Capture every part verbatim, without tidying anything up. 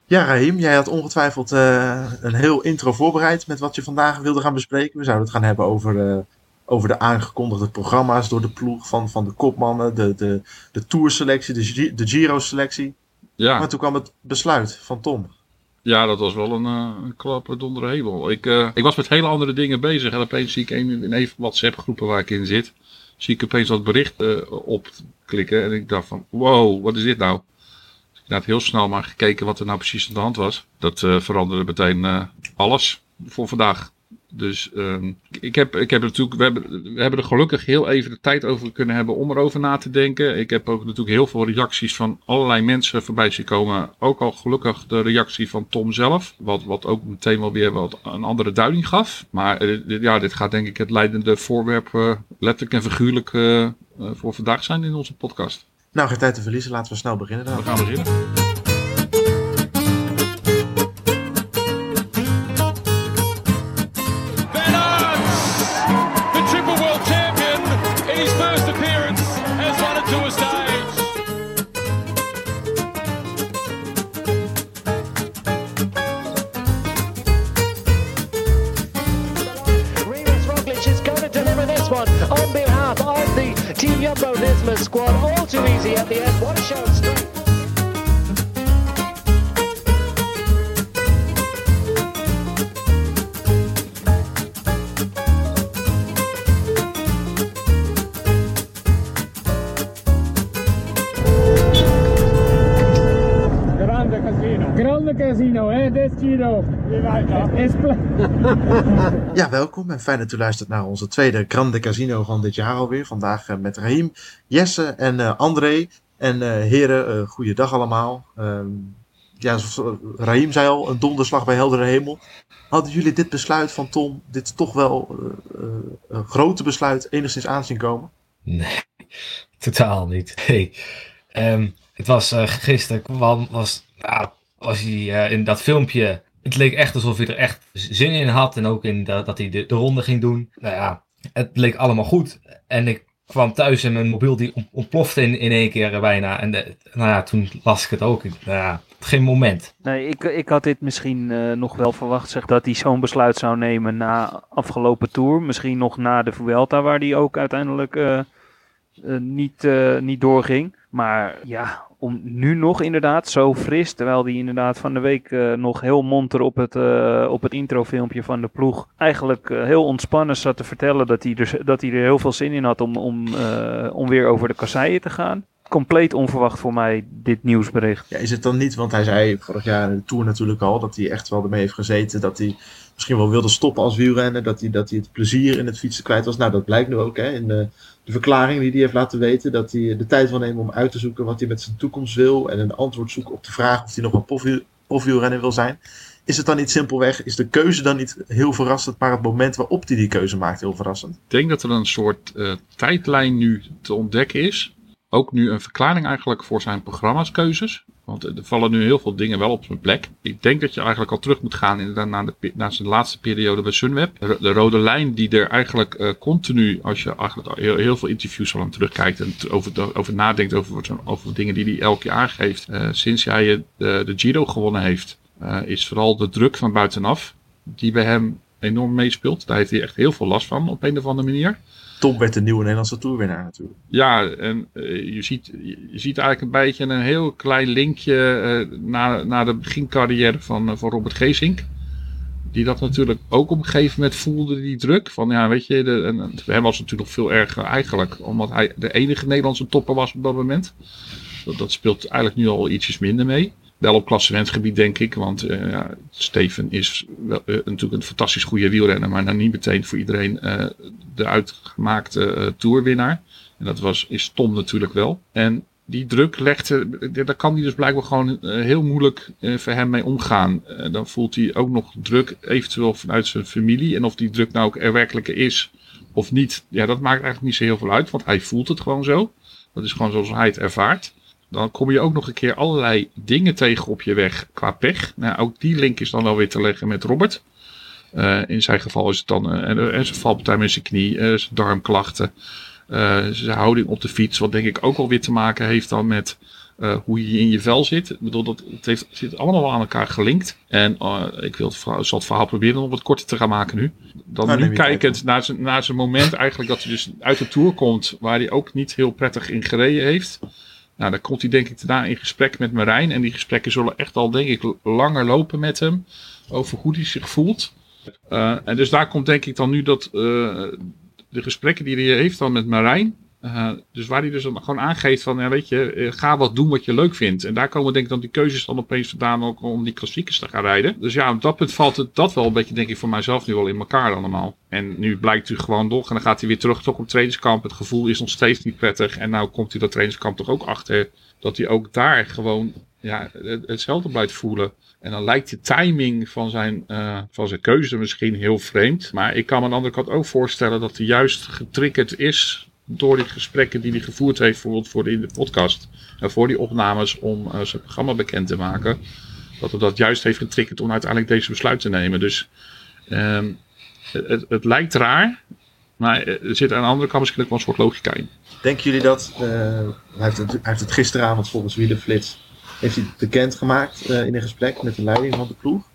Ja, Raheem, jij had ongetwijfeld uh, een heel intro voorbereid met wat je vandaag wilde gaan bespreken. We zouden het gaan hebben over, uh, over de aangekondigde programma's door de ploeg van, van de kopmannen, de, de, de Tourselectie, de, de Giro-selectie. Ja. Maar toen kwam het besluit van Tom. Ja, dat was wel een, uh, een klapper donder hemel. Ik, uh, ik was met hele andere dingen bezig en opeens zie ik een, in een WhatsApp groepen waar ik in zit, zie ik opeens dat bericht uh, opklikken en ik dacht van wow, wat is dit nou? Ik had heel snel maar gekeken wat er nou precies aan de hand was. Dat uh, veranderde meteen uh, alles voor vandaag. Dus uh, ik heb, ik heb natuurlijk, we hebben, we hebben er gelukkig heel even de tijd over kunnen hebben om erover na te denken. Ik heb ook natuurlijk heel veel reacties van allerlei mensen voorbij zien komen. Ook al gelukkig de reactie van Tom zelf. Wat, wat ook meteen wel weer wat een andere duiding gaf. Maar uh, dit, ja, dit gaat denk ik het leidende voorwerp uh, letterlijk en figuurlijk uh, uh, voor vandaag zijn in onze podcast. Nou, geen tijd te verliezen. Laten we snel beginnen dan. We gaan beginnen. Team Jumbo-Visma squad, all too easy at the end. What a show of strength. Grande casino. Grande casino, hè? Dit Giro. Ja, welkom en fijn dat u luistert naar onze tweede Grande Casino van dit jaar alweer. Vandaag uh, met Raheem, Jesse en uh, André. En uh, heren, uh, goeiedag allemaal. Uh, ja, zoals Raheem zei al, een donderslag bij heldere hemel. Hadden jullie dit besluit van Tom, dit toch wel uh, uh, een grote besluit, enigszins aanzien komen? Nee, totaal niet. Hey. Um, het was uh, gisteren, kwam, was, nou, was hij uh, in dat filmpje. Het leek echt alsof hij er echt zin in had. En ook in de, dat hij de, de ronde ging doen. Nou ja, het leek allemaal goed. En ik kwam thuis en mijn mobiel die ontplofte in, in één keer bijna. En de, nou ja, toen las ik het ook. Nou ja, geen moment. Nee, ik, ik had dit misschien uh, nog wel verwacht. Zeg, dat hij zo'n besluit zou nemen na afgelopen Tour. Misschien nog na de Vuelta, waar hij ook uiteindelijk uh, uh, niet, uh, niet doorging. Maar ja, om nu nog inderdaad zo fris, terwijl hij inderdaad van de week uh, nog heel monter op het, uh, op het introfilmpje van de ploeg eigenlijk uh, heel ontspannen zat te vertellen dat hij er, dat hij er heel veel zin in had om, om, uh, om weer over de kasseien te gaan. Compleet onverwacht voor mij dit nieuwsbericht. Ja, is het dan niet, want hij zei vorig jaar in de Tour natuurlijk al dat hij echt wel ermee heeft gezeten, dat hij misschien wel wilde stoppen als wielrenner, dat hij, dat hij het plezier in het fietsen kwijt was. Nou, dat blijkt nu ook hè, in de, de verklaring die hij heeft laten weten, dat hij de tijd wil nemen om uit te zoeken wat hij met zijn toekomst wil en een antwoord zoeken op de vraag of hij nog een profiel, profielrenner wil zijn. Is het dan niet simpelweg, is de keuze dan niet heel verrassend, maar het moment waarop hij die keuze maakt heel verrassend? Ik denk dat er een soort uh, tijdlijn nu te ontdekken is. Ook nu een verklaring eigenlijk voor zijn programma's-keuzes. Want er vallen nu heel veel dingen wel op zijn plek. Ik denk dat je eigenlijk al terug moet gaan inderdaad naar, de, naar zijn laatste periode bij Sunweb. De, de rode lijn die er eigenlijk uh, continu, als je eigenlijk heel, heel veel interviews van hem terugkijkt en over, over nadenkt over, over dingen die hij elke jaar aangeeft. Uh, sinds hij uh, de, de Giro gewonnen heeft, uh, is vooral de druk van buitenaf die bij hem enorm meespeelt. Daar heeft hij echt heel veel last van op een of andere manier. Tom werd de nieuwe Nederlandse Tourwinnaar natuurlijk. Ja, en uh, je, ziet, je ziet eigenlijk een beetje een heel klein linkje uh, naar, naar de begincarrière van, uh, van Robert Geesink. Die dat natuurlijk ook op een gegeven moment voelde, die druk. Van ja, weet je, de, en, bij hem was het natuurlijk nog veel erger eigenlijk. Omdat hij de enige Nederlandse topper was op dat moment. Dat, dat speelt eigenlijk nu al ietsjes minder mee. Wel op klassementsgebied denk ik, want uh, ja, Steven is wel, uh, natuurlijk een fantastisch goede wielrenner, maar nou niet meteen voor iedereen uh, de uitgemaakte uh, toerwinnaar. En dat was, is Tom natuurlijk wel. En die druk legde, daar kan hij dus blijkbaar gewoon uh, heel moeilijk uh, voor hem mee omgaan. Uh, dan voelt hij ook nog druk, eventueel vanuit zijn familie. En of die druk nou ook er werkelijk is of niet, ja, dat maakt eigenlijk niet zo heel veel uit, want hij voelt het gewoon zo. Dat is gewoon zoals hij het ervaart. Dan kom je ook nog een keer allerlei dingen tegen op je weg qua pech. Nou, ook die link is dan wel weer te leggen met Robert. Uh, in zijn geval is het dan uh, en, en zijn valpartij met zijn knie, uh, zijn darmklachten, uh, zijn houding op de fiets. Wat denk ik ook alweer te maken heeft dan met Uh, hoe je in je vel zit. Ik bedoel, dat, het, heeft, het zit allemaal wel aan elkaar gelinkt. En uh, ik wil het verhaal, zal het verhaal proberen om wat korter te gaan maken nu. Dan nou, nu kijkend naar zijn, naar zijn moment eigenlijk dat hij dus uit de Tour komt, waar hij ook niet heel prettig in gereden heeft. Nou, dan komt hij denk ik daarna in gesprek met Marijn. En die gesprekken zullen echt al denk ik langer lopen met hem. Over hoe hij zich voelt. Uh, en dus daar komt denk ik dan nu dat uh, de gesprekken die hij heeft dan met Marijn. Uh, dus waar hij dus dan gewoon aangeeft van, ja, weet je, uh, ga wat doen wat je leuk vindt. En daar komen denk ik dan die keuzes dan opeens vandaan ook om die klassiekers te gaan rijden. Dus ja, op dat punt valt het dat wel een beetje, denk ik, voor mijzelf nu wel in elkaar allemaal. En nu blijkt hij gewoon nog, en dan gaat hij weer terug toch op trainingskamp. Het gevoel is nog steeds niet prettig. En nou komt hij dat trainingskamp toch ook achter dat hij ook daar gewoon ja, hetzelfde blijft voelen. En dan lijkt de timing van zijn, uh, van zijn keuze misschien heel vreemd. Maar ik kan me aan de andere kant ook voorstellen dat hij juist getriggerd is door die gesprekken die hij gevoerd heeft, bijvoorbeeld voor de, in de podcast. En voor die opnames om uh, zijn programma bekend te maken. Dat hij dat juist heeft getriggerd om uiteindelijk deze besluit te nemen. Dus um, het, het, het lijkt raar. Maar er zit aan de andere kant misschien ook wel een soort logica in. Denken jullie dat, uh, hij, heeft het, hij heeft het gisteravond volgens Wielerflits, heeft hij het bekendgemaakt uh, in een gesprek met de leiding van de ploeg.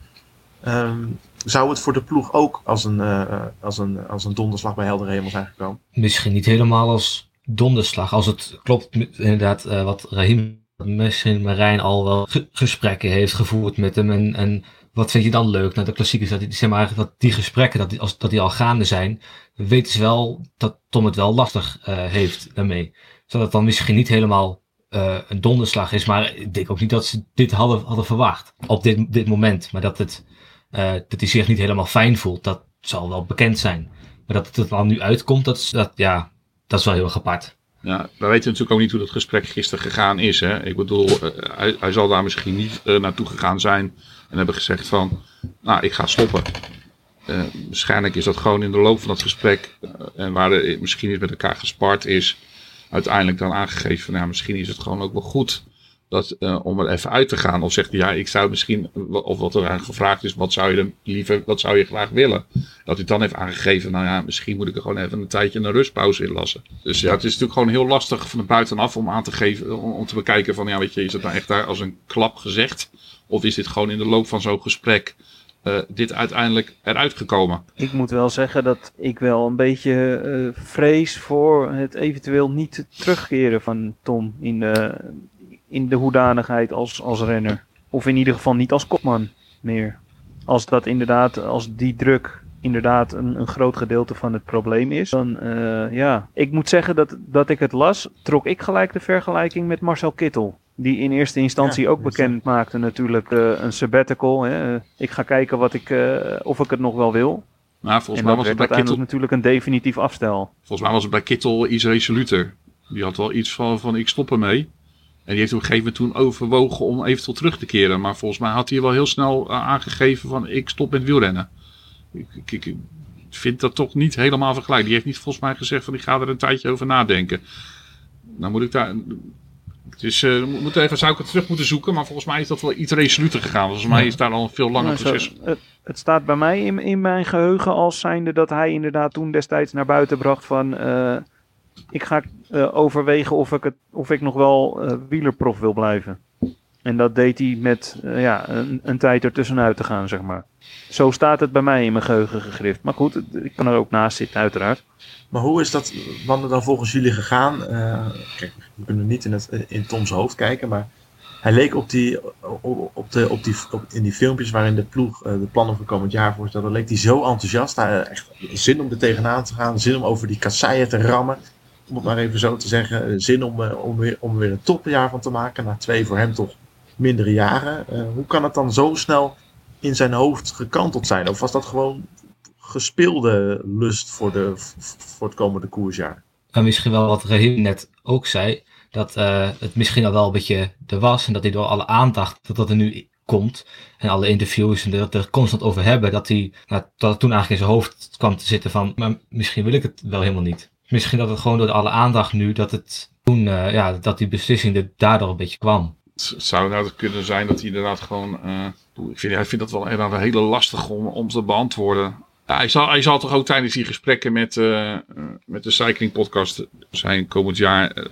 Um, zou het voor de ploeg ook als een, uh, als een, als een donderslag bij helder hemel zijn gekomen? Misschien niet helemaal als donderslag. Als het klopt inderdaad uh, wat Rahim, misschien Marijn al wel ge- gesprekken heeft gevoerd met hem. En, en wat vind je dan leuk? Nou, de klassiekers, dat die, zeg maar eigenlijk dat die gesprekken, dat die, als, dat die al gaande zijn, weten ze wel dat Tom het wel lastig uh, heeft daarmee. Zodat het dan misschien niet helemaal uh, een donderslag is. Maar ik denk ook niet dat ze dit hadden, hadden verwacht op dit, dit moment. Maar dat het Uh, dat hij zich niet helemaal fijn voelt, dat zal wel bekend zijn. Maar dat het er dan nu uitkomt, dat, dat, ja, dat is wel heel erg apart. Ja, we weten natuurlijk ook niet hoe dat gesprek gisteren gegaan is. Hè? Ik bedoel, uh, hij, hij zal daar misschien niet uh, naartoe gegaan zijn en hebben gezegd van, nou, ik ga stoppen. Uh, waarschijnlijk is dat gewoon in de loop van dat gesprek, uh, en waar er misschien eens met elkaar gespart is, uiteindelijk dan aangegeven van, ja, misschien is het gewoon ook wel goed dat, uh, om er even uit te gaan. Of zegt hij, ja, ik zou misschien, of wat er aan gevraagd is, wat zou je dan liever, wat zou je graag willen? Dat hij dan heeft aangegeven, nou ja, misschien moet ik er gewoon even een tijdje een rustpauze in lassen. Dus ja, het is natuurlijk gewoon heel lastig van de buitenaf om aan te geven, om, om te bekijken van, ja, weet je, is het nou echt daar als een klap gezegd? Of is dit gewoon in de loop van zo'n gesprek uh, dit uiteindelijk eruit gekomen? Ik moet wel zeggen dat ik wel een beetje uh, vrees voor het eventueel niet terugkeren van Tom in de, in de hoedanigheid als, als renner. Of in ieder geval niet als kopman meer. Als dat inderdaad, als die druk inderdaad een, een groot gedeelte van het probleem is, dan uh, ja. Ik moet zeggen dat, dat ik het las, trok ik gelijk de vergelijking met Marcel Kittel. Die in eerste instantie ja, ook bekend maakte natuurlijk uh, een sabbatical. Hè. Uh, ik ga kijken wat ik, uh, of ik het nog wel wil. Nou, volgens en mij dat was het werd bij uiteindelijk Kittel natuurlijk een definitief afstel. Volgens mij was het bij Kittel iets resoluter. Die had wel iets van, van ik stop ermee. En die heeft op een gegeven moment toen overwogen om eventueel terug te keren. Maar volgens mij had hij wel heel snel uh, aangegeven van ik stop met wielrennen. Ik, ik, ik vind dat toch niet helemaal vergelijkbaar. Die heeft niet volgens mij gezegd van ik ga er een tijdje over nadenken. Nou moet ik daar... Dus uh, moet even, zou ik het terug moeten zoeken, maar volgens mij is dat wel iets resoluter gegaan. Volgens mij is daar al een veel langer nou, proces. Zo, het, het staat bij mij in, in mijn geheugen als zijnde dat hij inderdaad toen destijds naar buiten bracht van uh, ik ga uh, overwegen of ik, het, of ik nog wel uh, wielerprof wil blijven. En dat deed hij met uh, ja, een, een tijd ertussenuit te gaan, zeg maar. Zo staat het bij mij in mijn geheugen gegrift. Maar goed, ik kan er ook naast zitten, uiteraard. Maar hoe is dat dan volgens jullie gegaan? Uh, kijk, we kunnen niet in, het, in Toms hoofd kijken, maar hij leek op die, op, op de, op die, op, in die filmpjes waarin de ploeg uh, de plannen voor komend jaar voorstelde, leek hij zo enthousiast. Hij had echt zin om er tegenaan te gaan, zin om over die kasseien te rammen, om het maar even zo te zeggen. Zin om, uh, om, weer, om weer een topjaar van te maken, na twee voor hem toch mindere jaren. Uh, hoe kan het dan zo snel in zijn hoofd gekanteld zijn? Of was dat gewoon gespeelde lust voor, de, voor het komende koersjaar? En misschien wel wat Rahim net ook zei, dat uh, het misschien al wel een beetje er was en dat hij door alle aandacht dat, dat er nu komt en alle interviews en dat er constant over hebben, dat hij nou, dat het toen eigenlijk in zijn hoofd kwam te zitten van, maar misschien wil ik het wel helemaal niet. Misschien dat het gewoon door alle aandacht nu, dat het toen, uh, ja, dat die beslissing er daardoor een beetje kwam. Het zou nou kunnen zijn dat hij inderdaad gewoon, uh, ik vind, hij vindt dat wel een hele lastig om, om te beantwoorden. Ja, hij, zal, hij zal toch ook tijdens die gesprekken met, uh, met de Cycling Podcast zijn komend jaar uh,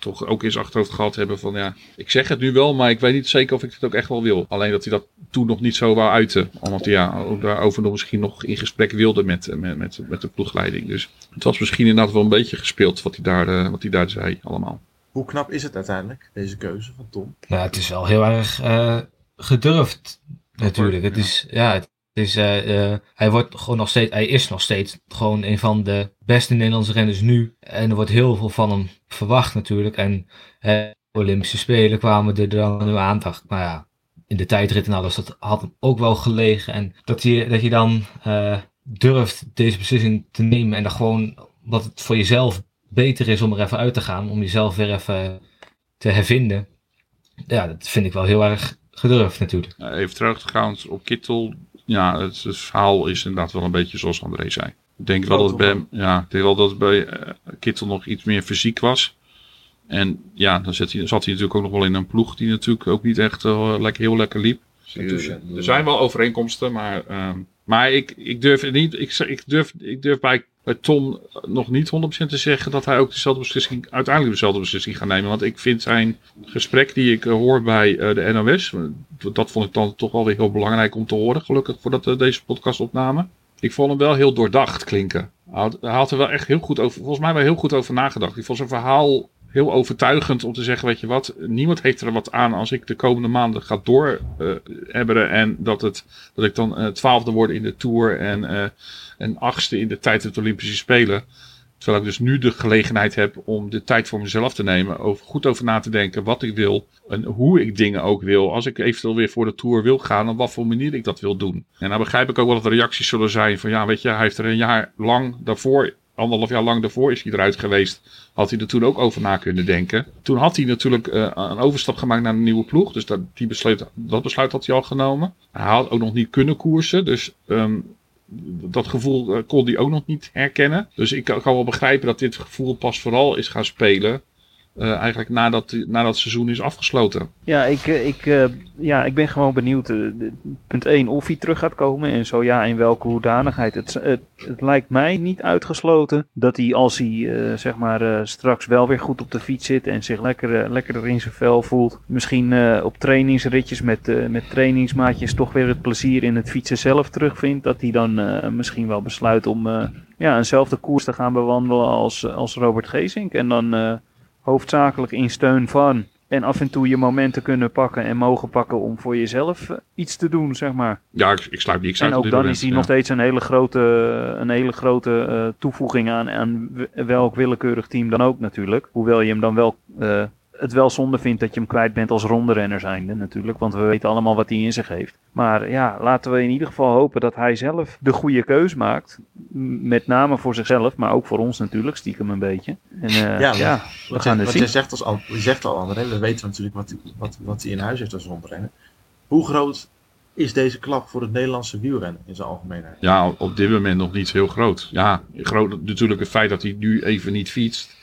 toch ook in zijn achterhoofd gehad hebben van ja, ik zeg het nu wel, maar ik weet niet zeker of ik het ook echt wel wil. Alleen dat hij dat toen nog niet zo wou uiten. Omdat hij ja, ook daarover nog misschien nog in gesprek wilde met, met, met, met de ploegleiding. Dus het was misschien inderdaad wel een beetje gespeeld wat hij daar, uh, wat hij daar zei allemaal. Hoe knap is het uiteindelijk, deze keuze van Tom? Nou, het is wel heel erg uh, gedurfd natuurlijk. Het ja. is, ja, het is, uh, uh, hij wordt gewoon nog steeds, hij is nog steeds gewoon een van de beste Nederlandse renners nu. En er wordt heel veel van hem verwacht natuurlijk. En uh, Olympische Spelen kwamen er dan nu aan. Dacht, nou ja, in de tijdrit en alles, dat had hem ook wel gelegen. En dat je, dat je dan uh, durft deze beslissing te nemen en dan gewoon, wat het voor jezelf beter is om er even uit te gaan, om jezelf weer even te hervinden. Ja, dat vind ik wel heel erg gedurfd natuurlijk. Even terug te gaan op Kittel. Ja, het, het verhaal is inderdaad wel een beetje zoals André zei. Ik denk wel dat het bij hem, ja, ik denk wel dat het bij uh, Kittel nog iets meer fysiek was. En ja, dan zat hij, zat hij natuurlijk ook nog wel in een ploeg die natuurlijk ook niet echt uh, lekker, heel lekker liep. Dus, uh, er zijn wel overeenkomsten, maar, uh, maar ik, ik durf niet, ik, ik durf, ik durf bij, bij Tom nog niet honderd procent te zeggen dat hij ook dezelfde beslissing, uiteindelijk dezelfde beslissing gaat nemen. Want ik vind zijn gesprek die ik uh, hoor bij uh, de N O S, dat vond ik dan toch wel weer heel belangrijk om te horen, gelukkig voordat we deze podcast opnamen. Ik vond hem wel heel doordacht klinken. Hij had, hij had er wel echt heel goed over, volgens mij wel heel goed over nagedacht. Ik vond zijn verhaal heel overtuigend om te zeggen, weet je wat, niemand heeft er wat aan als ik de komende maanden ga doorhebberen uh, en dat, het, dat ik dan uh, twaalfde word in de Tour en, uh, en achtste in de tijd op de Olympische Spelen. Terwijl ik dus nu de gelegenheid heb om de tijd voor mezelf te nemen, over, goed over na te denken wat ik wil en hoe ik dingen ook wil. Als ik eventueel weer voor de Tour wil gaan, op wat voor manier ik dat wil doen. En dan begrijp ik ook wel dat de reacties zullen zijn van ja, weet je, hij heeft er een jaar lang daarvoor, anderhalf jaar lang daarvoor is hij eruit geweest. Had hij er toen ook over na kunnen denken. Toen had hij natuurlijk uh, een overstap gemaakt naar een nieuwe ploeg. Dus dat, die besluit, dat besluit had hij al genomen. Hij had ook nog niet kunnen koersen. Dus um, dat gevoel uh, kon hij ook nog niet herkennen. Dus ik kan, kan wel begrijpen dat dit gevoel pas vooral is gaan spelen. Uh, eigenlijk nadat, nadat het seizoen is afgesloten. Ja, ik, ik, uh, ja, ik ben gewoon benieuwd. Uh, punt één, of hij terug gaat komen. En zo ja, in welke hoedanigheid. Het, het, het lijkt mij niet uitgesloten dat hij, als hij uh, zeg maar, uh, straks wel weer goed op de fiets zit en zich lekker, uh, lekkerder in zijn vel voelt. Misschien uh, op trainingsritjes met, uh, met trainingsmaatjes toch weer het plezier in het fietsen zelf terugvindt. Dat hij dan uh, misschien wel besluit om uh, ja, eenzelfde koers te gaan bewandelen als, als Robert Geesink. En dan Uh, hoofdzakelijk in steun van en af en toe je momenten kunnen pakken en mogen pakken om voor jezelf uh, iets te doen, zeg maar. Ja, ik, ik sluit niks uit. En ook dan moment, is hij ja. nog steeds een hele grote, een hele grote uh, toevoeging aan, aan welk willekeurig team dan ook natuurlijk. Hoewel je hem dan wel uh, het wel zonde vindt dat je hem kwijt bent als ronderenner zijnde natuurlijk. Want we weten allemaal wat hij in zich heeft. Maar ja, laten we in ieder geval hopen dat hij zelf de goede keus maakt. Met name voor zichzelf, maar ook voor ons natuurlijk, stiekem een beetje. En uh, ja, ja, we gaan het zien. Wat je zegt, als, je zegt al, André, we weten natuurlijk wat, wat, wat hij in huis heeft als rondrenner. Hoe groot is deze klap voor het Nederlandse wielrennen in zijn algemeenheid? Ja, op dit moment nog niet heel groot. Ja, groot natuurlijk het feit dat hij nu even niet fietst.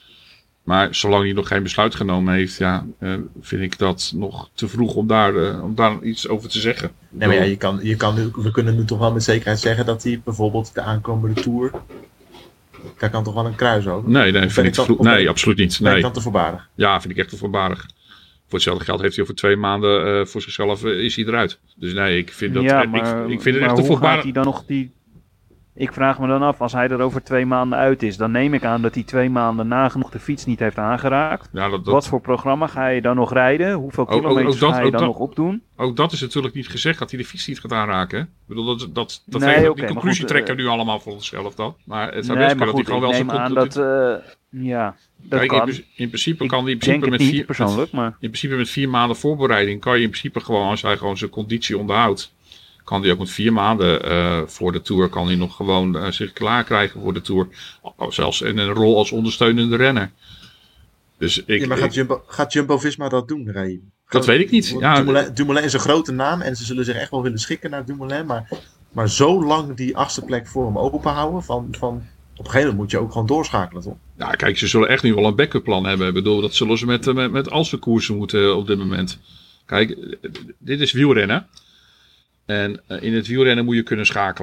Maar zolang hij nog geen besluit genomen heeft, ja, uh, vind ik dat nog te vroeg om daar, uh, om daar iets over te zeggen. Nee, maar ja, je kan, je kan nu, we kunnen nu toch wel met zekerheid zeggen dat hij bijvoorbeeld de aankomende Tour, daar kan toch wel een kruis over? Nee, nee, vind ik dat, vlo- nee absoluut niet. Ben nee. ik dan te voorbarig? Ja, vind ik echt te voorbarig. Voor hetzelfde geld heeft hij over twee maanden uh, voor zichzelf uh, is hij eruit. Dus nee, ik vind dat ja, ik, maar, ik, ik vind het maar echt te hoe voorbarig. Gaat hij dan nog die... Ik vraag me dan af, als hij er over twee maanden uit is, dan neem ik aan dat hij twee maanden nagenoeg de fiets niet heeft aangeraakt. Ja, dat, dat... Wat voor programma ga je dan nog rijden? Hoeveel kilometers ook, ook dat, ga je dan dat, nog opdoen? Ook dat is natuurlijk niet gezegd dat hij de fiets niet gaat aanraken. Ik bedoel, dat, dat, dat nee, heeft, okay, die conclusie goed, trekken we uh, nu allemaal voor onszelf dan. Maar het zou nee, best kunnen goed, dat hij gewoon wel zijn... zijn... aan dat, uh, ja, dat Kijk, kan. In, in principe ik kan hij in principe met niet, vier... persoonlijk, maar... In principe met vier maanden voorbereiding kan je in principe gewoon, als hij gewoon zijn conditie onderhoudt, kan hij ook met vier maanden uh, voor de Tour, kan hij nog gewoon uh, zich klaar krijgen voor de Tour. Zelfs in een rol als ondersteunende renner. Dus ik, ja, maar gaat, ik, Jumbo, gaat Jumbo-Visma dat doen, Raïm? Dat weet ik niet. Ja, Dumoulin, Dumoulin is een grote naam en ze zullen zich echt wel willen schikken naar Dumoulin. Maar, maar zo lang die achtste plek voor hem open houden, van, van, op een gegeven moment moet je ook gewoon doorschakelen, toch? Ja, kijk, ze zullen echt nu wel een backup plan hebben. Ik bedoel, dat zullen ze met, met, met al zijn koersen moeten op dit moment. Kijk, dit is wielrennen. En uh, in het wielrennen moet je kunnen schakelen.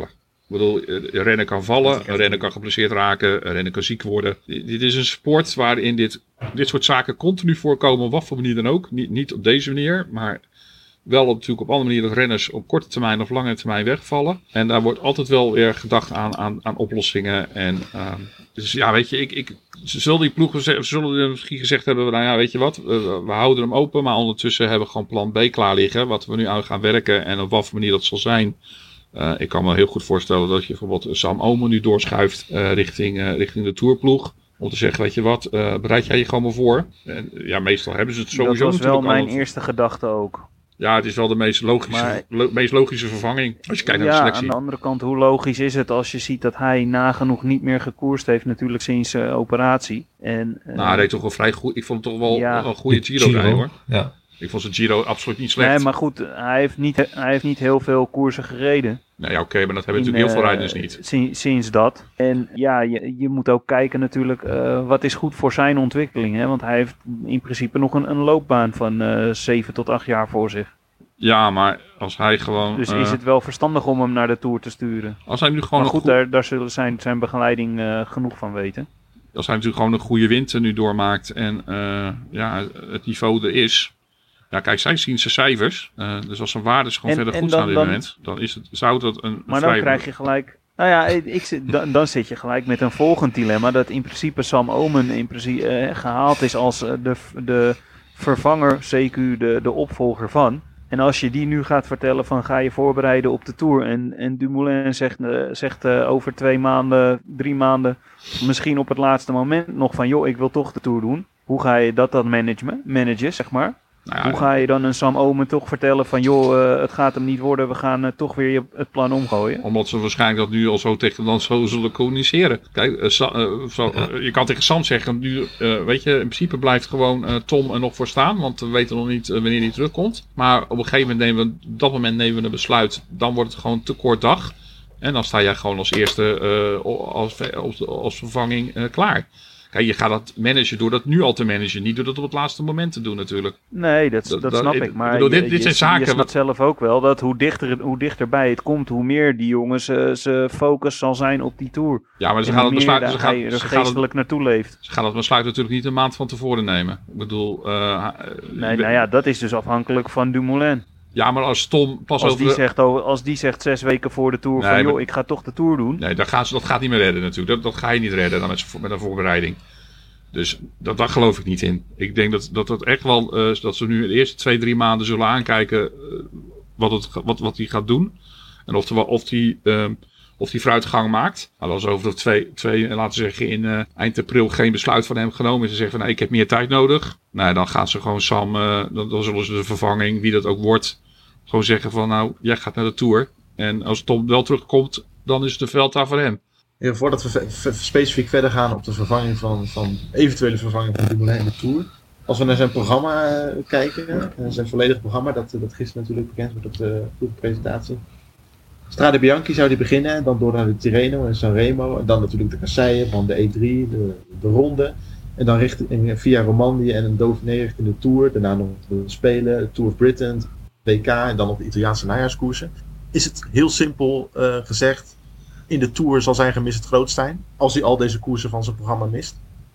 Ik bedoel, een renner kan vallen, een renner kan geblesseerd raken, een renner kan ziek worden. Dit is een sport waarin dit, dit soort zaken continu voorkomen, op wat voor manier dan ook. Niet, niet op deze manier, maar wel op, natuurlijk op andere manieren dat renners op korte termijn of lange termijn wegvallen. En daar wordt altijd wel weer gedacht aan, aan, aan oplossingen. En, uh, dus ja, weet je, ik, ik, ze zullen die ploegen ze zullen misschien gezegd hebben, nou ja, weet je wat, we, we houden hem open, maar ondertussen hebben we gewoon plan B klaar liggen, wat we nu aan gaan werken en op wat voor manier dat zal zijn. Uh, ik kan me heel goed voorstellen dat je bijvoorbeeld Sam Oomen nu doorschuift uh, richting, uh, richting de tourploeg. Om te zeggen, weet je wat, uh, bereid jij je gewoon maar voor. En, ja, meestal hebben ze het sowieso. Dat was wel mijn het... eerste gedachte ook. Ja, het is wel de meest logische, maar, lo- meest logische vervanging. Als je kijkt naar ja, de selectie. Aan de andere kant, hoe logisch is het als je ziet dat hij nagenoeg niet meer gekoerst heeft natuurlijk sinds zijn uh, operatie. En, uh, nou, hij deed toch wel vrij goed. Ik vond het toch wel ja, een goede Giro, Giro rijden hoor. Ja. Ik vond zijn Giro absoluut niet slecht. Nee, maar goed, hij heeft niet, hij heeft niet heel veel koersen gereden. Nou ja, oké, okay, maar dat hebben in, natuurlijk heel veel uh, rijders niet. Sinds, sinds dat. En ja, je, je moet ook kijken natuurlijk, uh, wat is goed voor zijn ontwikkeling. Hè? Want hij heeft in principe nog een, een loopbaan van uh, zeven tot acht jaar voor zich. Ja, maar als hij gewoon... Dus uh, is het wel verstandig om hem naar de Tour te sturen. Als hij nu gewoon maar goed, goed... daar, daar zullen zijn, zijn begeleiding uh, genoeg van weten. Als hij natuurlijk gewoon een goede winter nu doormaakt en uh, ja, het niveau er is... Ja, kijk, zij zien zijn cijfers. Uh, dus als zijn waarden gewoon en, verder en goed dan, staan op dit dan, moment, dan is het, zou dat een... Maar vrij... dan krijg je gelijk... Nou ja, ik, dan, dan zit je gelijk met een volgend dilemma. Dat in principe Sam Oomen in principe, uh, gehaald is als uh, de, de vervanger, C Q de, de opvolger van. En als je die nu gaat vertellen van ga je voorbereiden op de Tour. En, en Dumoulin zegt, uh, zegt uh, over twee maanden, drie maanden, misschien op het laatste moment nog van joh, ik wil toch de Tour doen. Hoe ga je dat dan managen, managen zeg maar? Nou ja, Hoe ga je dan een Sam Oomen toch vertellen van joh, uh, het gaat hem niet worden, we gaan uh, toch weer het plan omgooien? Omdat ze waarschijnlijk dat nu al zo tegen dan zo zullen communiceren. Kijk, uh, Sa- uh, zo, uh, je kan tegen Sam zeggen, nu, uh, weet je, in principe blijft gewoon uh, Tom er nog voor staan, want we weten nog niet uh, wanneer hij terugkomt. Maar op een gegeven moment nemen we, op dat moment nemen we een besluit, dan wordt het gewoon te kort dag. En dan sta jij gewoon als eerste, uh, als, als, als vervanging uh, klaar. Kijk, je gaat dat managen door dat nu al te managen. Niet door dat op het laatste moment te doen natuurlijk. Nee, dat, dat, dat snap ik. Maar bedoel, dit, je, dit zijn je, zaken. je snapt zelf ook wel dat hoe, dichter, hoe dichterbij het komt, hoe meer die jongens uh, zijn focus zal zijn op die Tour. Ja, maar ze en gaan het besluit, hij ze gaan, er ze geestelijk gaan het, naartoe leeft. Ze gaan het besluit natuurlijk niet een maand van tevoren nemen. Ik bedoel... Uh, nee, nou ja, dat is dus afhankelijk van Dumoulin. Ja, maar als Tom pas als over... Die zegt, oh, als die zegt zes weken voor de Tour nee, van joh, maar, ik ga toch de Tour doen. Nee, dat, gaan ze, dat gaat niet meer redden natuurlijk. Dat, dat ga je niet redden dan met, met een voorbereiding. Dus dat, daar geloof ik niet in. Ik denk dat dat, dat echt wel, uh, dat ze nu de eerste twee, drie maanden zullen aankijken uh, wat, het, wat, wat hij gaat doen. En of hij of die, uh, of die vooruitgang maakt. Nou, als over de twee, twee, laten we zeggen, in uh, eind april geen besluit van hem genomen is. En zeggen van, nou, ik heb meer tijd nodig. Nou, dan gaan ze gewoon Sam, uh, dan, dan zullen ze de vervanging, wie dat ook wordt, gewoon zeggen van, nou, jij gaat naar de Tour. En als Tom wel terugkomt, dan is het een veld daar voor hem. Ja, voordat we v- v- specifiek verder gaan op de vervanging van, van eventuele vervanging van Dumoulin in de Tour. Als we naar zijn programma uh, kijken, uh, zijn volledige programma, dat, dat gisteren natuurlijk bekend wordt op de presentatie. Strade Bianchi zou die beginnen, dan door naar de Tirreno en Sanremo. En dan natuurlijk de kasseien van de E drie, de, de ronde. En dan richting, via Romandie en een Dauphiné richting de Tour. Daarna nog de Spelen, de Tour of Britain, W K en dan nog de Italiaanse najaarskoersen. Is het heel simpel uh, gezegd... In de Tour zal zijn gemis het grootst zijn, als hij al deze koersen van zijn programma mist?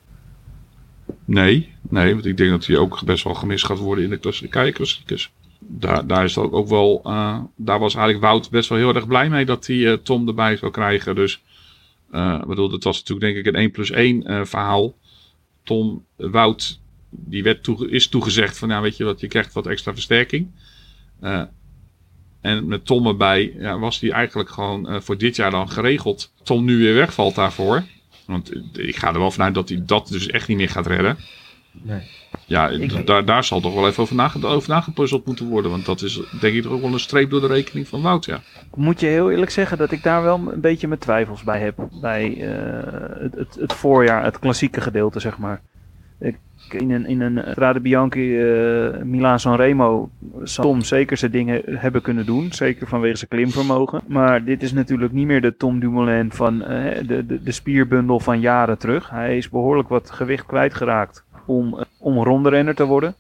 Nee, nee, want ik denk dat hij ook best wel gemist gaat worden in de klassiekers. Daar, daar is het ook, ook wel, uh, daar was eigenlijk Wout best wel heel erg blij mee dat hij uh, Tom erbij zou krijgen. Dus, uh, bedoel, dat was natuurlijk denk ik een één plus één uh, verhaal. Tom, uh, Wout, die werd toe, is toegezegd van, ja, weet je wat, je krijgt wat extra versterking. Uh, En met Tom erbij ja, was die eigenlijk gewoon uh, voor dit jaar dan geregeld. Tom nu weer wegvalt daarvoor. Want uh, ik ga er wel vanuit dat hij dat dus echt niet meer gaat redden. Nee. Ja, d- daar, daar zal toch wel even over, nage- over nagepuzzeld moeten worden. Want dat is denk ik toch ook wel een streep door de rekening van Wout, ja. Ik moet je heel eerlijk zeggen dat ik daar wel een beetje mijn twijfels bij heb. Bij uh, het, het, het voorjaar, het klassieke gedeelte, zeg maar. Ik, in een, in een Strade Bianchi, uh, Milaan-San Remo, zal Tom zeker zijn dingen hebben kunnen doen. Zeker vanwege zijn klimvermogen. Maar dit is natuurlijk niet meer de Tom Dumoulin van uh, de, de, de spierbundel van jaren terug. Hij is behoorlijk wat gewicht kwijtgeraakt om, uh, om ronderenner te worden.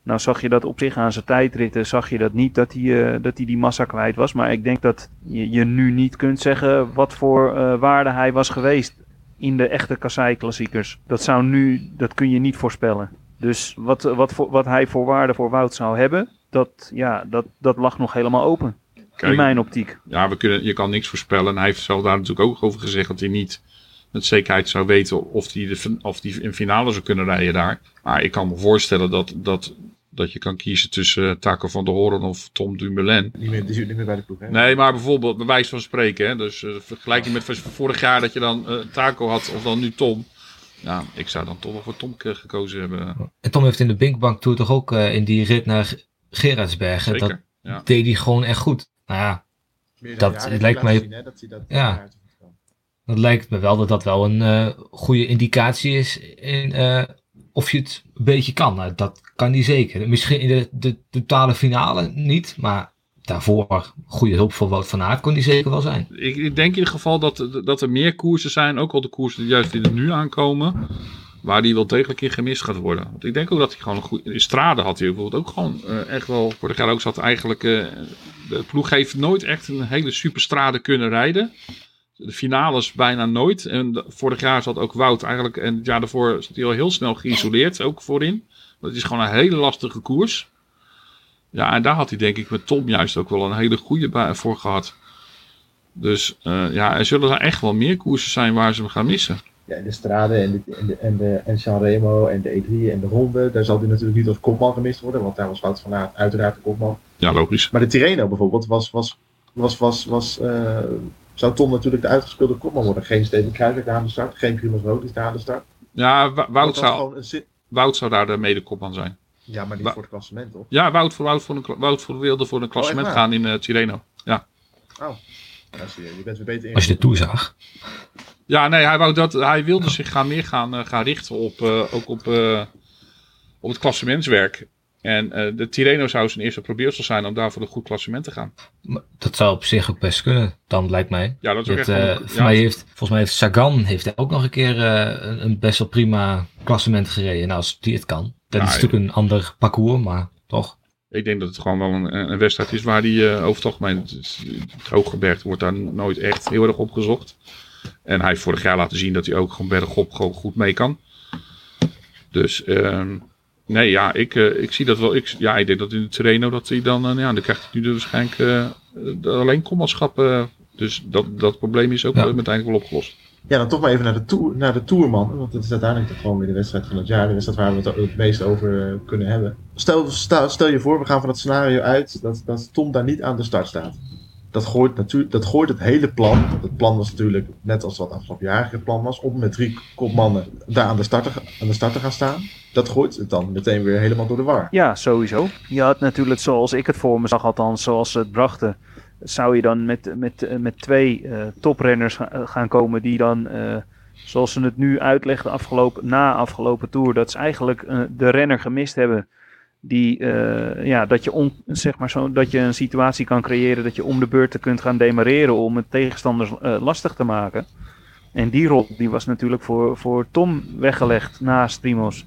Nou zag je dat op zich aan zijn tijdritten, zag je dat niet dat hij, uh, dat hij die massa kwijt was. Maar ik denk dat je, je nu niet kunt zeggen wat voor uh, waarde hij was geweest in de echte Kassei-klassiekers. Dat zou nu, dat kun je niet voorspellen. Dus wat, wat, voor, wat hij voor waarde voor Wout zou hebben, dat, ja, dat, dat lag nog helemaal open. Kijk, in mijn optiek. Ja, we kunnen, je kan niks voorspellen. En hij heeft zelf daar natuurlijk ook over gezegd dat hij niet met zekerheid zou weten of hij de, of die in finale zou kunnen rijden daar. Maar ik kan me voorstellen dat, dat, dat je kan kiezen tussen uh, Taco van der Hoorn of Tom Dumoulin. Niet meer, die zit niet meer bij de ploeg, hè? Nee, maar bijvoorbeeld bij wijze van spreken. Hè, dus uh, vergelijking met vorig jaar dat je dan uh, Taco had of dan nu Tom. Ja, ik zou dan toch wel voor Tom gekozen hebben. En Tom heeft in de Binkbank Tour toch ook uh, in die rit naar Gerardsbergen. Zeker, dat ja. deed hij gewoon echt goed. Nou ja, dat het lijkt mij. Zien, dat dat ja, dat lijkt me wel dat dat wel een uh, goede indicatie is in uh, of je het een beetje kan. Nou, dat kan hij zeker. Misschien in de, de totale finale niet, maar daarvoor goede hulp voor Wout van Aert kon die zeker wel zijn. Ik, ik denk in ieder geval dat, dat er meer koersen zijn, ook al de koersen die juist die er nu aankomen, waar die wel degelijk in gemist gaat worden. Want ik denk ook dat hij gewoon een goede... In Strade had hij bijvoorbeeld ook gewoon uh, echt wel... Vorig jaar ook zat eigenlijk... Uh, de ploeg heeft nooit echt een hele super Strade kunnen rijden. De finales bijna nooit. En de, vorig jaar zat ook Wout eigenlijk... En het jaar daarvoor zat hij al heel snel geïsoleerd, ook voorin. Dat is gewoon een hele lastige koers. Ja, en daar had hij denk ik met Tom juist ook wel een hele goede bij voor gehad. Dus uh, ja, er zullen er echt wel meer koersen zijn waar ze hem gaan missen. Ja, de Strade en de, en de, en de en Sanremo en de E drie en de Ronde, daar zal hij natuurlijk niet als kopman gemist worden, want daar was Wout van Aert uiteraard de kopman. Ja, logisch. Maar de Tirreno bijvoorbeeld was, was, was, was, was uh, zou Tom natuurlijk de uitgespeelde kopman worden. Geen Steven Kruijswijk daar aan de start, geen Primož Roglič daar aan de start. Ja, w- Wout, zou, een... Wout zou daar de mede-kopman zijn. Ja, maar niet Wa- voor het klassement, toch? Ja, Wout, voor, Wout, voor een, Wout voor wilde voor een klassement oh, gaan in uh, Tirreno. Ja. Oh, ja, zie je, je bent weer beter in. Als je de Tour zag. Ja, nee, hij, wou dat, hij wilde zich gaan meer gaan, uh, gaan richten op, uh, ook op, uh, op het klassementswerk. En uh, de Tirreno zou zijn eerste probeersel zijn om daar voor een goed klassement te gaan. Dat zou op zich ook best kunnen, dan lijkt mij. Ja, dat is ook dat, echt uh, wel, voor ja. mij heeft, volgens mij heeft Sagan heeft hij ook nog een keer uh, een, een best wel prima klassement gereden. Nou, als die het kan. Dat ja, is natuurlijk ja. een ander parcours, maar toch. Ik denk dat het gewoon wel een, een wedstrijd is waar die uh, over het algemeen, het, het hooggebergte wordt daar nooit echt heel erg op gezocht. En hij heeft vorig jaar laten zien dat hij ook gewoon bergop gewoon goed mee kan. Dus um, nee, ja, ik, uh, ik zie dat wel. Ik, ja, ik denk dat in de Tirreno dat hij dan, uh, ja, dan krijgt hij nu waarschijnlijk uh, alleen kommanschap. Uh, dus dat, dat probleem is ook ja. uh, uiteindelijk wel opgelost. Ja, dan toch maar even naar de, tour, naar de Tourman. Want het is uiteindelijk toch gewoon weer de wedstrijd van het jaar. De wedstrijd waar we het het meest over uh, kunnen hebben. Stel, stel, stel je voor, we gaan van het scenario uit dat, dat Tom daar niet aan de start staat. Dat gooit, natuur, dat gooit het hele plan. Want het plan was natuurlijk, net als wat afgelopen jaar het plan was, om met drie kopmannen daar aan de, start te, aan de start te gaan staan. Dat gooit het dan meteen weer helemaal door de war. Ja, sowieso. Je had natuurlijk, zoals ik het voor me zag, althans zoals ze het brachten, zou je dan met, met, met twee uh, toprenners gaan komen die dan, uh, zoals ze het nu uitlegden afgelopen, na afgelopen Tour, dat ze eigenlijk uh, de renner gemist hebben. Die, uh, ja, dat je, on, zeg maar zo, dat je een situatie kan creëren dat je om de beurten kunt gaan demareren om het tegenstanders uh, lastig te maken. En die rol die was natuurlijk voor, voor Tom weggelegd naast Primož.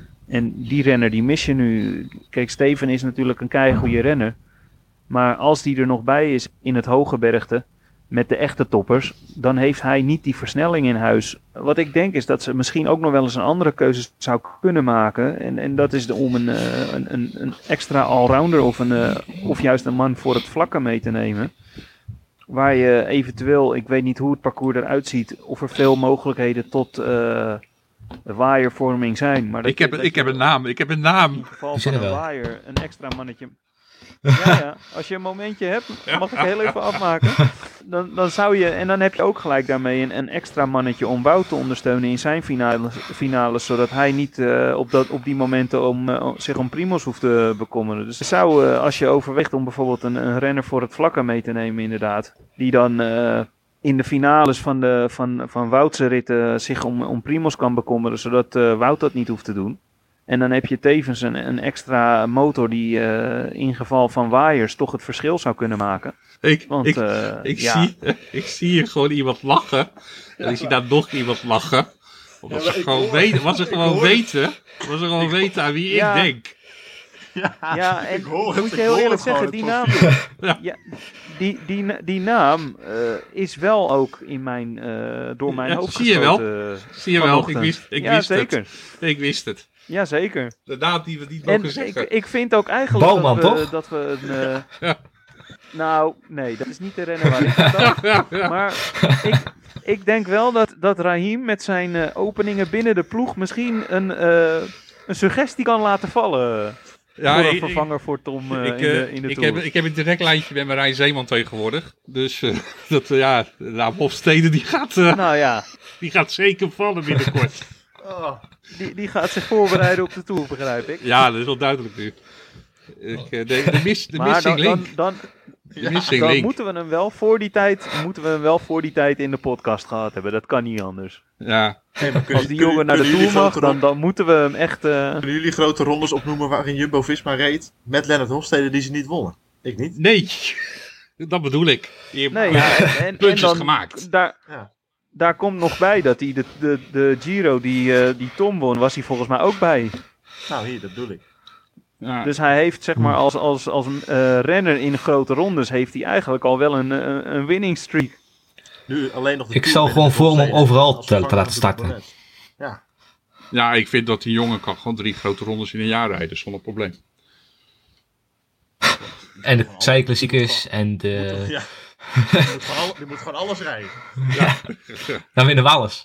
En die renner die mis je nu. Kijk, Steven is natuurlijk een keigoede renner. Maar als die er nog bij is in het Hooggebergte met de echte toppers, dan heeft hij niet die versnelling in huis. Wat ik denk is dat ze misschien ook nog wel eens een andere keuze zou kunnen maken. En, en dat is de, om een, een, een, een extra allrounder of, een, of juist een man voor het vlakke mee te nemen. Waar je eventueel, ik weet niet hoe het parcours eruit ziet, of er veel mogelijkheden tot uh, waaiervorming zijn. Maar dat ik heb, dat ik heb een naam, ik heb een naam. In geval van een waaier, een extra mannetje. Ja, ja, als je een momentje hebt, mag ik heel even afmaken. Dan, dan zou je, en dan heb je ook gelijk daarmee een, een extra mannetje om Wout te ondersteunen in zijn finales, finales zodat hij niet uh, op, dat, op die momenten om, uh, zich om Primož hoeft te bekommeren. Dus zou, uh, als je overweegt om bijvoorbeeld een, een renner voor het vlakke mee te nemen inderdaad, die dan uh, in de finales van, de, van, van Woutse ritten zich om, om Primož kan bekommeren, zodat uh, Wout dat niet hoeft te doen. En dan heb je tevens een, een extra motor die uh, in geval van waaiers toch het verschil zou kunnen maken. Ik, Want, ik, uh, ik, ja. zie, ik zie hier gewoon iemand lachen. En ik zie daar nog iemand lachen. Omdat ja, ze gewoon, ik, weten, wat ze gewoon weten. Wat ze gewoon weten aan wie ja. ik denk. Ja, Ja, en ik hoor moet het, je ik heel hoor eerlijk het zeggen, gewoon, die het naam, profiel. ja, die, die, na- die naam eh, is wel ook in mijn, eh, door mijn Ja, hoofd zie je wel. geschoten. Zie je wel, ik vanochtend. wist, ik ja, wist zeker. het. Ik wist het. Ja, zeker. De naam die we niet En mogen ik, zeggen. ik vind ook eigenlijk Bouwman, dat, we, toch? dat we een... eh, Ja. Nou, nee, dat is niet de renner waar ik aan dacht. Ja, ja. Maar ik, ik denk wel dat, dat Raheem met zijn eh, openingen binnen de ploeg misschien een, eh, een suggestie kan laten vallen. Ja, voor een ik- vervanger voor Tom eh, ik, in de, eh, in de ik, Tour. heb, ik heb een direct lijntje met Marijn Zeeman tegenwoordig. Dus eh, dat, eh, ja, nou, Hofstede die gaat, eh, Nou ja, die gaat zeker vallen binnenkort. Oh. die, die gaat zich voorbereiden op de Tour, begrijp ik. Ja, dat is wel duidelijk nu. Ik, eh, de, de, mis, de maar missing dan, dan, link. dan, De missing dan link. moeten we hem wel voor die tijd, moeten we hem wel voor die tijd in de podcast gehad hebben. Dat kan niet anders. Ja. Hey, maar kunnen- Als die kunnen- jongen naar de kunnen Tour jullie mag, grote dan, dan moeten we hem echt... eh, Kunnen jullie grote rondes opnoemen waarin Jumbo-Visma reed met Lennart Hofstede die ze niet wonnen? Ik niet. Nee, dat bedoel ik. Je hebt Nee, ja, en, en, en puntjes dan, gemaakt. Daar, Ja. daar komt nog bij dat hij de, de, de Giro die, eh, die Tom won, was hij volgens mij ook bij. Nou, hier, dat bedoel ik. Ja. Dus hij heeft zeg maar als, als, als eh, renner in grote rondes heeft hij eigenlijk al wel een, een, een winning streak. Nu alleen nog de Ik Tour stel met gewoon voor om hem Hofstede overal als te- te vervanger laten van starten. Bonnet. Ja. ja, ik vind dat die jongen kan gewoon drie grote rondes in een jaar rijden zonder probleem. En de zijklassiekers en de... Ja. Die moet, gewoon al- die moet gewoon alles rijden. Dan winnen we alles.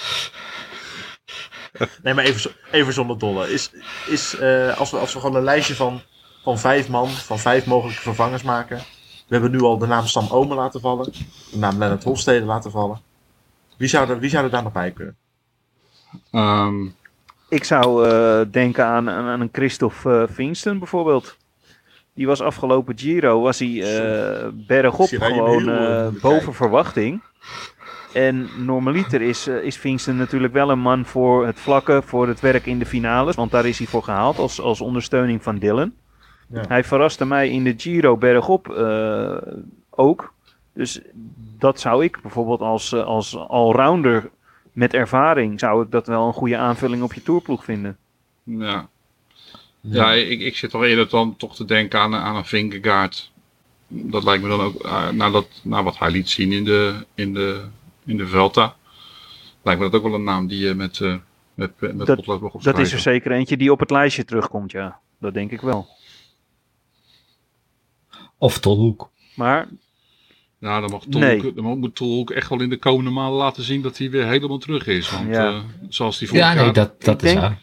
Nee, maar even, zo- even zonder dolle. Is, is, eh, als, we, als we gewoon een lijstje van, van vijf man, van vijf mogelijke vervangers maken. We hebben nu al de naam Sam Omen laten vallen. De naam Lennart Hofstede laten vallen. Wie zou er, wie zou er daar nog bij kunnen? Ehm, Ik zou eh, denken aan, aan, aan een Christophe uh, Winston bijvoorbeeld. Die was afgelopen Giro, was hij eh, bergop Die rijdt hem gewoon heel, eh, eh, moeilijk boven kijken. verwachting. En normaliter is, eh, is Winston natuurlijk wel een man voor het vlakke, voor het werk in de finales. Want daar is hij voor gehaald als, als ondersteuning van Dylan. Ja. Hij verraste mij in de Giro bergop eh, ook. Dus dat zou ik bijvoorbeeld als, eh, als allrounder met ervaring, zou ik dat wel een goede aanvulling op je tourploeg vinden. ja. Ja, ik, ik zit al eerder dan toch te denken aan, aan een Vingegaard. Dat lijkt me dan ook, uh, naar, dat, naar wat hij liet zien in de, in de, in de Vuelta. Lijkt me dat ook wel een naam die je met, uh, met, met Dat- potlood mag Dat opschrijven. is er zeker eentje die op het lijstje terugkomt, ja. Dat denk ik wel. Of Tolhoek. Maar Nou, dan, mag Nee. Tolhoek, dan moet Tolhoek echt wel in de komende maanden laten zien dat hij weer helemaal terug is. Want Ja. uh, zoals die vorig Ja, nee, jaar... dat, dat Ik is denk- waar.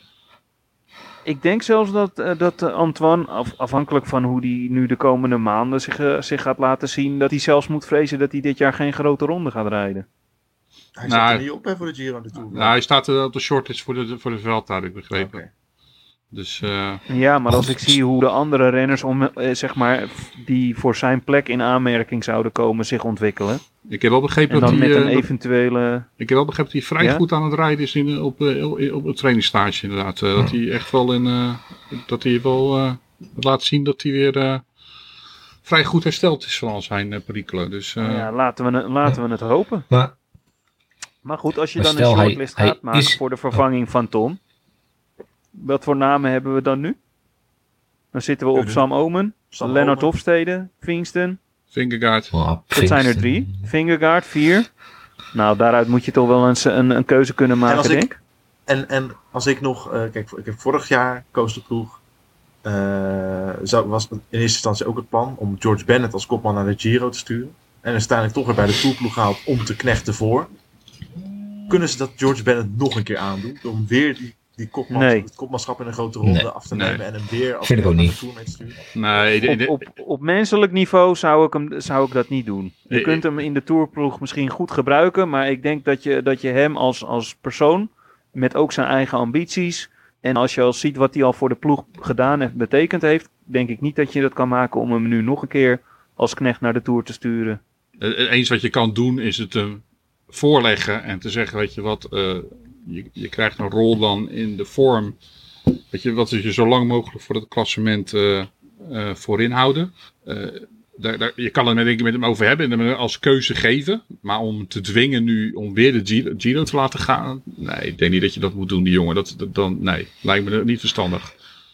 ik denk zelfs dat, eh, dat eh, Antoine, af, afhankelijk van hoe hij nu de komende maanden zich, eh, zich gaat laten zien, dat hij zelfs moet vrezen dat hij dit jaar geen grote ronde gaat rijden. Hij Nou, zat er niet op hè, voor de Giro en de Tour. Nou, hij staat uh, op de shortlist voor de, voor de Vuelta, heb ik begrepen. Oké. Dus uh, Ja, maar als ik zie hoe de andere renners om, eh, zeg maar, die voor zijn plek in aanmerking zouden komen zich ontwikkelen. ik heb wel begrepen En dat dan hij... met een uh, dat- eventuele... Ik heb wel begrepen dat hij vrij Ja? goed aan het rijden is in, op, uh, op het trainingsstage inderdaad. Uh, dat hij echt wel in, uh, dat hij wel uh, laat zien dat hij weer uh, vrij goed hersteld is van al zijn uh, perikelen. Dus uh, ja, laten we, het- laten we het hopen. Maar Maar goed, als je Maar dan stel, een hij- shortlist hij gaat maken is- voor de vervanging van Tom. Wat voor namen hebben we dan nu? Dan zitten we op Ja, Sam Omen, Sam Lennart Omen. Hofstede, Winston. Vingegaard. oh, Dat zijn er drie. Vingegaard, vier. Nou, daaruit moet je toch wel eens een, een keuze kunnen En als maken, ik- denk ik. En, en als ik nog, eh, kijk, ik heb vorig jaar koos de ploeg. eh, zou, was in eerste instantie ook het plan om George Bennett als kopman naar de Giro te sturen. En uiteindelijk toch weer bij de tourploeg gehaald om te knechten voor. Kunnen ze dat George Bennett nog een keer aandoen? Om weer die, die kopman, Nee. het kopmanschap in een grote ronde Nee. af te Nee. nemen en hem weer als Vind ik ook naar de niet. Tour mee te sturen? Nee, de, de- Op, op, op menselijk niveau zou ik, hem, zou ik dat niet doen. Je Eh, kunt hem in de tourploeg misschien goed gebruiken, maar ik denk dat je, dat je hem als, als persoon, met ook zijn eigen ambities, en als je al ziet wat hij al voor de ploeg gedaan heeft, betekend heeft, denk ik niet dat je dat kan maken om hem nu nog een keer als knecht naar de Tour te sturen. het eens wat je kan doen is het hem voorleggen en te zeggen, weet je wat, uh, je, je krijgt een rol dan in de vorm. Weet je, wat is je zo lang mogelijk voor het klassement uh, uh, voorin houden. Uh, daar, daar, je kan het met, met hem over hebben en hem als keuze geven. Maar om te dwingen nu om weer de Giro, Giro te laten gaan. Nee, ik denk niet dat je dat moet doen, die jongen. Dat, dat, dan, nee, lijkt me niet verstandig.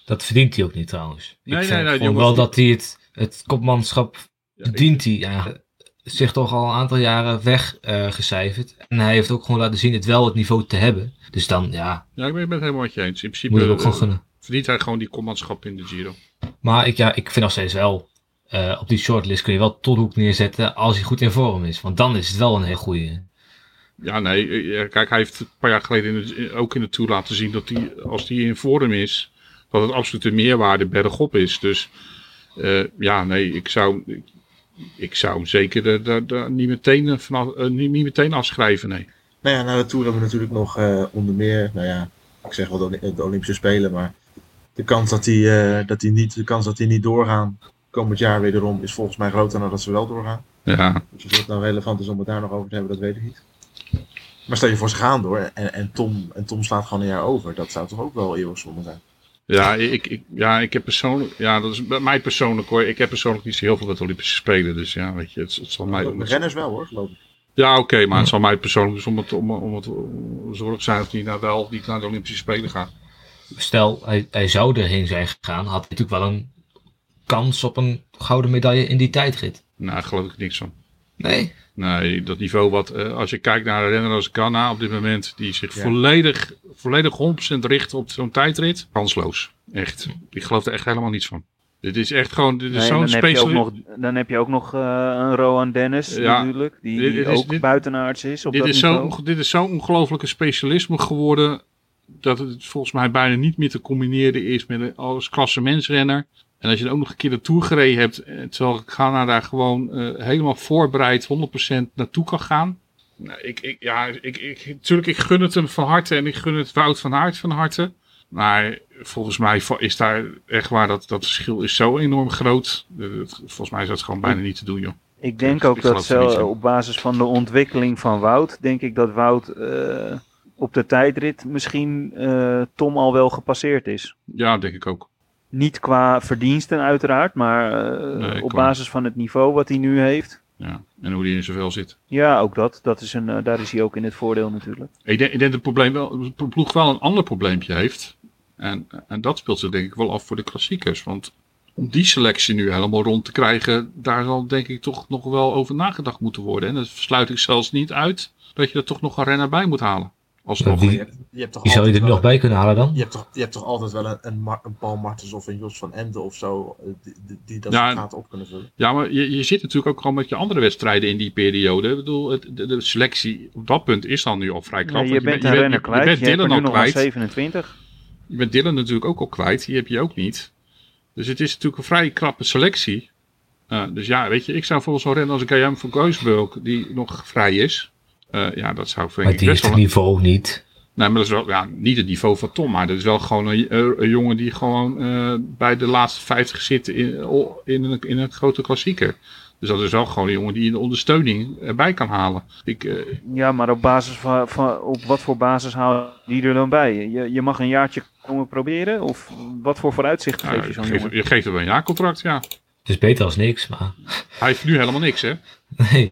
Dat verdient hij ook niet trouwens. Nee, ik vind nee, nee, gewoon jongens, wel die- dat hij het, het kopmanschap Ja, verdient hij. Ja, zich toch al een aantal jaren weggecijferd. en hij heeft ook gewoon laten zien het wel het niveau te hebben. Dus dan, ja, Ja, ik ben ik ben het helemaal met je eens. In principe moet je het ook gewoon eh, gunnen. verdient hij gewoon die kopmanschap in de Giro. Maar ik, ja, ik vind nog steeds wel, uh, op die shortlist kun je wel Todhoek neerzetten als hij goed in vorm is. Want dan is het wel een heel goede. Ja, nee, eh, kijk, hij heeft een paar jaar geleden in de, ook in de Tour laten zien dat hij, als hij in vorm is, dat het absoluut een meerwaarde bergop is. Dus uh, ja, nee, ik zou, ik, ik zou hem zeker de, de, de, niet, meteen vanaf, uh, niet, niet meteen afschrijven, nee. Nou ja, na de Tour hebben we natuurlijk nog uh, onder meer, nou ja, ik zeg wel de, de Olympische Spelen, maar de kans dat die, uh, dat die niet, de kans dat die niet doorgaan komend jaar wederom is volgens mij groter dan dat ze wel doorgaan. Ja. Dus of het nou relevant is om het daar nog over te hebben, dat weet ik niet. Maar stel je voor, ze gaan door en, en, Tom, en Tom slaat gewoon een jaar over. Dat zou toch ook wel eeuwig zonde zijn? Ja, ik, ik, ja, ik heb persoonlijk, ja, dat is bij mij persoonlijk hoor. Ik heb persoonlijk niet zo heel veel met Olympische Spelen, dus ja, weet je, het, het zal mij... De renners wel hoor, geloof ik. Ja, oké, okay, maar ja. Het zal mij persoonlijk dus om het, om, om het om zorg zijn dat hij naar wel niet naar de Olympische Spelen gaat. Stel, hij, hij zou erheen zijn gegaan, had hij natuurlijk wel een kans op een gouden medaille in die tijdrit. Nou, daar geloof ik niks van. Nee? Nee, dat niveau wat, uh, als je kijkt naar de renner als Ganna op dit moment, die zich Ja. volledig, volledig honderd procent richt op zo'n tijdrit, kansloos. Echt. Ik geloof er echt helemaal niets van. Dit is echt gewoon, dit is Nee, zo'n dan, heb je ook speciale... nog, dan heb je ook nog uh, een Rowan Dennis Ja, natuurlijk, die, dit- die dit is- ook dit- buitenaards is op Dit dat is, niveau. zo, dit is zo'n ongelofelijke specialisme geworden, dat het volgens mij bijna niet meer te combineren is met een als klassementsrenner. En als je dan ook nog een keer de Tour gereden hebt, eh, terwijl Ghana daar gewoon uh, helemaal voorbereid honderd procent naartoe kan gaan. Nou, ik, ik, ja, ik, ik, natuurlijk, ik gun het hem van harte en ik gun het Wout van Aert van harte. Maar volgens mij is daar echt waar, dat, dat verschil is zo enorm groot. Uh, volgens mij is dat gewoon bijna niet te doen, joh. Ik denk Ik ook geloof dat er niet zelf, in. op basis van de ontwikkeling van Wout, denk ik dat Wout uh, op de tijdrit misschien uh, Tom al wel gepasseerd is. Ja, denk ik ook. Niet qua verdiensten uiteraard, maar uh, Nee, op qua- basis van het niveau wat hij nu heeft. Ja. En hoe die in zoveel zit. Ja, ook dat. dat is een, uh, daar is hij ook in het voordeel natuurlijk. Ik denk, ik denk dat het probleem wel, de ploeg wel een ander probleempje heeft. En, en dat speelt zich denk ik wel af voor de klassiekers. Want om die selectie nu helemaal rond te krijgen, daar zal denk ik toch nog wel over nagedacht moeten worden. En dat sluit ik zelfs niet uit dat je er toch nog een renner bij moet halen. Alsnog. Die- Je hebt, je hebt toch Die zou je er altijd nog wel- bij kunnen halen dan? Je hebt toch, je hebt toch altijd wel een, een, Mar- een Paul Martens of een Jos van Emden of zo, eh, die, die, die dat Ja, gaat op kunnen vullen. Ja, maar je, je zit natuurlijk ook gewoon met je andere wedstrijden in die periode. Ik bedoel, het, de, de selectie op dat punt is dan nu al vrij knap. Nee, je want bent je een bent- renner je, kwijt. Je bent Je hebt er Dylan nu al nog maar kwijt. zevenentwintig. Je bent Dylan natuurlijk ook al kwijt. Die heb je ook niet. Dus het is natuurlijk een vrij krappe selectie. Uh, dus ja, weet je, ik zou bijvoorbeeld zo'n renner als Guillaume van Geusbulk, die nog vrij is. Uh, ja, dat zou vind Maar ik die best heeft wel... het niveau niet. Nee, maar dat is wel ja, niet het niveau van Tom. Maar dat is wel gewoon een, een, een jongen die gewoon uh, bij de laatste vijftig zit in, in, een, in een grote klassieker. Dus dat is wel gewoon een jongen die de ondersteuning erbij kan halen. Ik, uh, Ja, maar op basis van, van op wat voor basis haal je er dan bij? Je, je mag een jaartje komen proberen? Of wat voor vooruitzichten ja, geef je zo'n je, geeft, jongen? je geeft hem een jaarcontract, ja. Het is beter als niks, maar Hij heeft nu helemaal niks, hè? nee.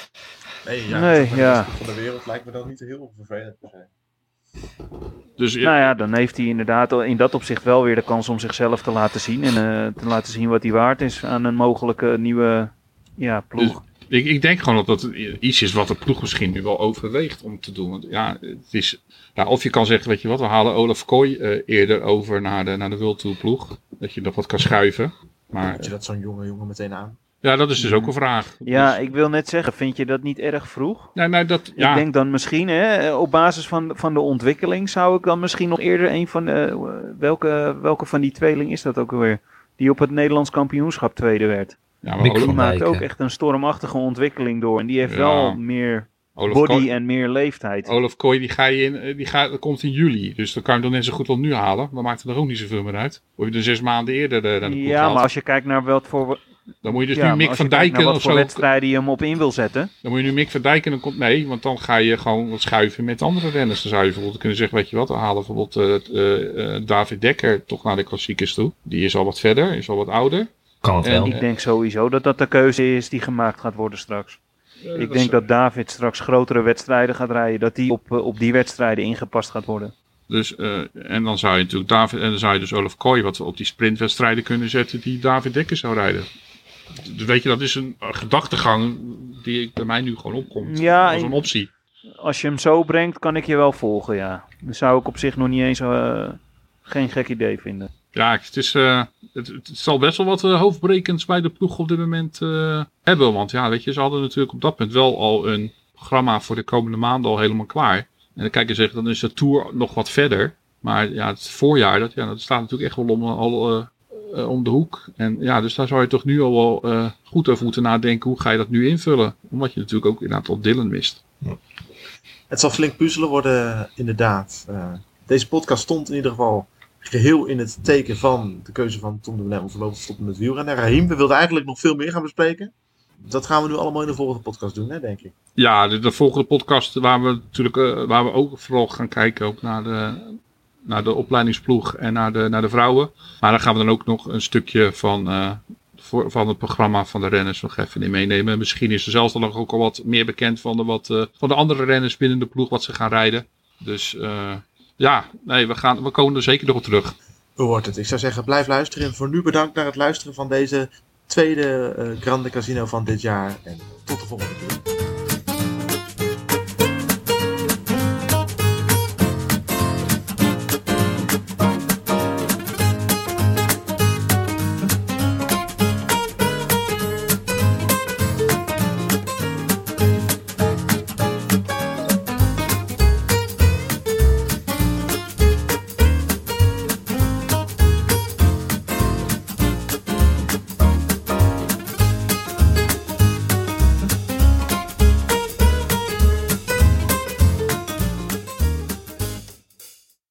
Nee, ja, Nee, dat is ja. van de wereld lijkt me dan niet heel vervelend te zijn. Dus ja, Nou ja, dan heeft hij inderdaad in dat opzicht wel weer de kans om zichzelf te laten zien. En uh, te laten zien wat hij waard is aan een mogelijke nieuwe ja, ploeg. ik, ik denk gewoon dat dat iets is wat de ploeg misschien nu wel overweegt om te doen. Want ja, het is, ja, of je kan zeggen, weet je wat, we halen Olaf Kooi uh, eerder over naar de, naar de World Tour ploeg. Dat je nog wat kan schuiven. Maar Had je dat zo'n jonge jongen meteen aan? ja, dat is dus ook een vraag. Ja, Dus, ik wil net zeggen, vind je dat niet erg vroeg? nee, nee, dat, ja. Ik denk dan misschien, hè, op basis van, van de ontwikkeling zou ik dan misschien nog eerder een van de... Welke, welke van die tweeling is dat ook alweer? Die op het Nederlands kampioenschap tweede werd. Ja, Mick maar Die van Olaf, maakt Dijk, ook hè. echt een stormachtige ontwikkeling door. En die heeft Ja. wel meer Olaf body Kooi, en meer leeftijd. Olaf Kooi, die, ga je in, die gaat, dat komt in juli. Dus dan kan je hem dan net zo goed wel nu halen. Maar maakt er ook niet zoveel meer uit. Of je er zes maanden eerder uh, naar de ploeg Ja, haalt. maar als je kijkt naar wat voor, Dan moet je dus ja, nu maar Mick als van je kijkt Dijken naar wat of voor zo. wedstrijden je hem op in wil zetten. Dan moet je nu Mick van Dijken, dan komt nee, want dan ga je gewoon wat schuiven met andere renners. Dan zou je bijvoorbeeld kunnen zeggen, weet je wat, we halen bijvoorbeeld uh, uh, uh, David Dekker toch naar de klassiekers toe. Die is al wat verder, is al wat ouder. Kan het En- wel. Ik denk sowieso dat dat de keuze is die gemaakt gaat worden straks. Uh, Ik denk dat David straks grotere wedstrijden gaat rijden. Dat die op, uh, op die wedstrijden ingepast gaat worden. Dus, uh, en dan zou je natuurlijk David, en dan zou je dus Olaf Kooi wat op die sprintwedstrijden kunnen zetten die David Dekker zou rijden. Dus weet je, dat is een gedachtegang die bij mij nu gewoon opkomt. Ja, als een optie. Als je hem zo brengt, kan ik je wel volgen, ja. Dat zou ik op zich nog niet eens uh, geen gek idee vinden. Ja, het, is, uh, het, het zal best wel wat uh, hoofdbrekends bij de ploeg op dit moment uh, hebben. Want ja, weet je, ze hadden natuurlijk op dat punt wel al een programma voor de komende maanden al helemaal klaar. En dan kijk je zeggen, dan is de Tour nog wat verder. Maar ja, het voorjaar, dat, ja, dat staat natuurlijk echt wel om, al, uh, uh, om de hoek. En ja, dus daar zou je toch nu al wel uh, goed over moeten nadenken. Hoe ga je dat nu invullen? Omdat je natuurlijk ook inderdaad al Dylan mist. Ja. Het zal flink puzzelen worden, inderdaad. Uh, deze podcast stond in ieder geval geheel in het teken van de keuze van Tom Dumoulin om voorlopig te stoppen met wielrennen. Rahim, we wilden eigenlijk nog veel meer gaan bespreken. Dat gaan we nu allemaal in de volgende podcast doen, hè, denk ik. Ja, de, de volgende podcast waar we natuurlijk uh, waar we ook vooral gaan kijken ook naar de, naar de opleidingsploeg en naar de, naar de vrouwen. Maar dan gaan we dan ook nog een stukje van, uh, voor, van het programma van de renners nog even in meenemen. Misschien is er zelfs dan nog ook al wat meer bekend van de, wat, uh, van de andere renners binnen de ploeg wat ze gaan rijden. Dus uh, ja, nee, we, gaan, we komen er zeker nog op terug. Hoe wordt het? Ik zou zeggen, blijf luisteren. Voor nu bedankt naar het luisteren van deze tweede uh, Grande Casino van dit jaar. En tot de volgende keer.